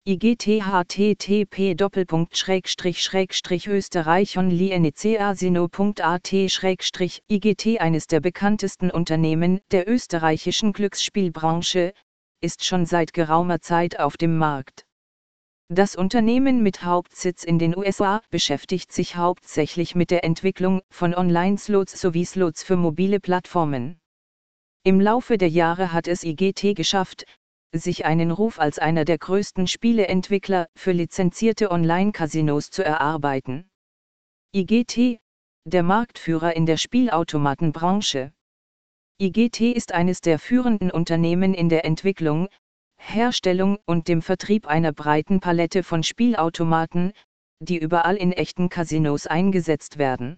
IGT eines der bekanntesten Unternehmen der österreichischen Glücksspielbranche, ist schon seit geraumer Zeit auf dem Markt. Das Unternehmen mit Hauptsitz in den USA beschäftigt sich hauptsächlich mit der Entwicklung von Online-Slots sowie Slots für mobile Plattformen. Im Laufe der Jahre hat es IGT geschafft, sich einen Ruf als einer der größten Spieleentwickler für lizenzierte Online-Casinos zu erarbeiten. IGT, der Marktführer in der Spielautomatenbranche. IGT ist eines der führenden Unternehmen in der Entwicklung, Herstellung und dem Vertrieb einer breiten Palette von Spielautomaten, die überall in echten Casinos eingesetzt werden.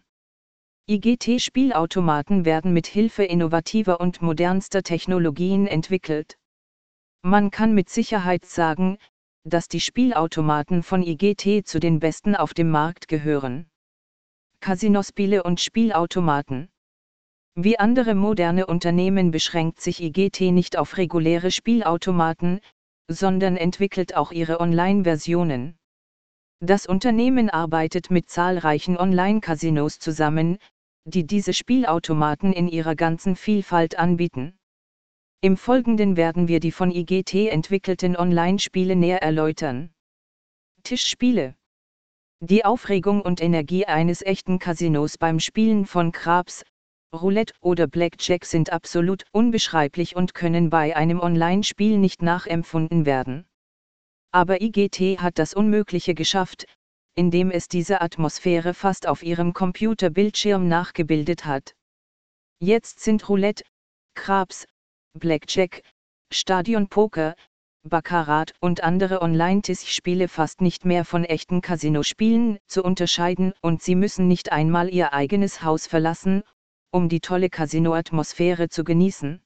IGT-Spielautomaten werden mit Hilfe innovativer und modernster Technologien entwickelt. Man kann mit Sicherheit sagen, dass die Spielautomaten von IGT zu den besten auf dem Markt gehören. Casinospiele und Spielautomaten. Wie andere moderne Unternehmen beschränkt sich IGT nicht auf reguläre Spielautomaten, sondern entwickelt auch ihre Online-Versionen. Das Unternehmen arbeitet mit zahlreichen Online-Casinos zusammen, die diese Spielautomaten in ihrer ganzen Vielfalt anbieten. Im Folgenden werden wir die von IGT entwickelten Online-Spiele näher erläutern. Tischspiele. Die Aufregung und Energie eines echten Casinos beim Spielen von Craps, Roulette oder Blackjack sind absolut unbeschreiblich und können bei einem Online-Spiel nicht nachempfunden werden. Aber IGT hat das Unmögliche geschafft, indem es diese Atmosphäre fast auf ihrem Computerbildschirm nachgebildet hat. Jetzt sind Roulette, Craps, Blackjack, Stadionpoker, Baccarat und andere Online-Tischspiele fast nicht mehr von echten Casinospielen zu unterscheiden und Sie müssen nicht einmal Ihr eigenes Haus verlassen, um die tolle Casino-Atmosphäre zu genießen.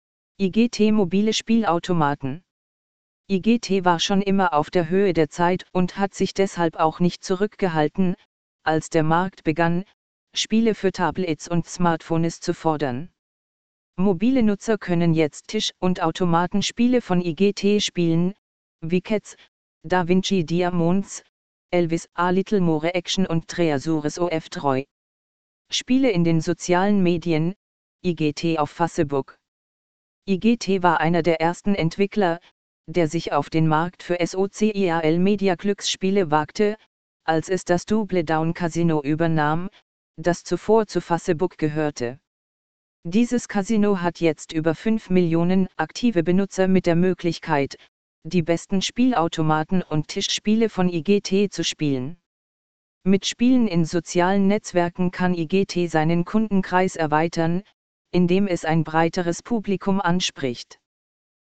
IGT mobile Spielautomaten. IGT war schon immer auf der Höhe der Zeit und hat sich deshalb auch nicht zurückgehalten, als der Markt begann, Spiele für Tablets und Smartphones zu fordern. Mobile Nutzer können jetzt Tisch- und Automatenspiele von IGT spielen, wie Cats, Da Vinci Diamonds, Elvis A Little More Action und Treasures of Troy. Spiele in den sozialen Medien, IGT auf Facebook. IGT war einer der ersten Entwickler, der sich auf den Markt für Social Media Glücksspiele wagte, als es das Double Down Casino übernahm, das zuvor zu Facebook gehörte. Dieses Casino hat jetzt über 5 Millionen aktive Benutzer mit der Möglichkeit, die besten Spielautomaten und Tischspiele von IGT zu spielen. Mit Spielen in sozialen Netzwerken kann IGT seinen Kundenkreis erweitern, indem es ein breiteres Publikum anspricht.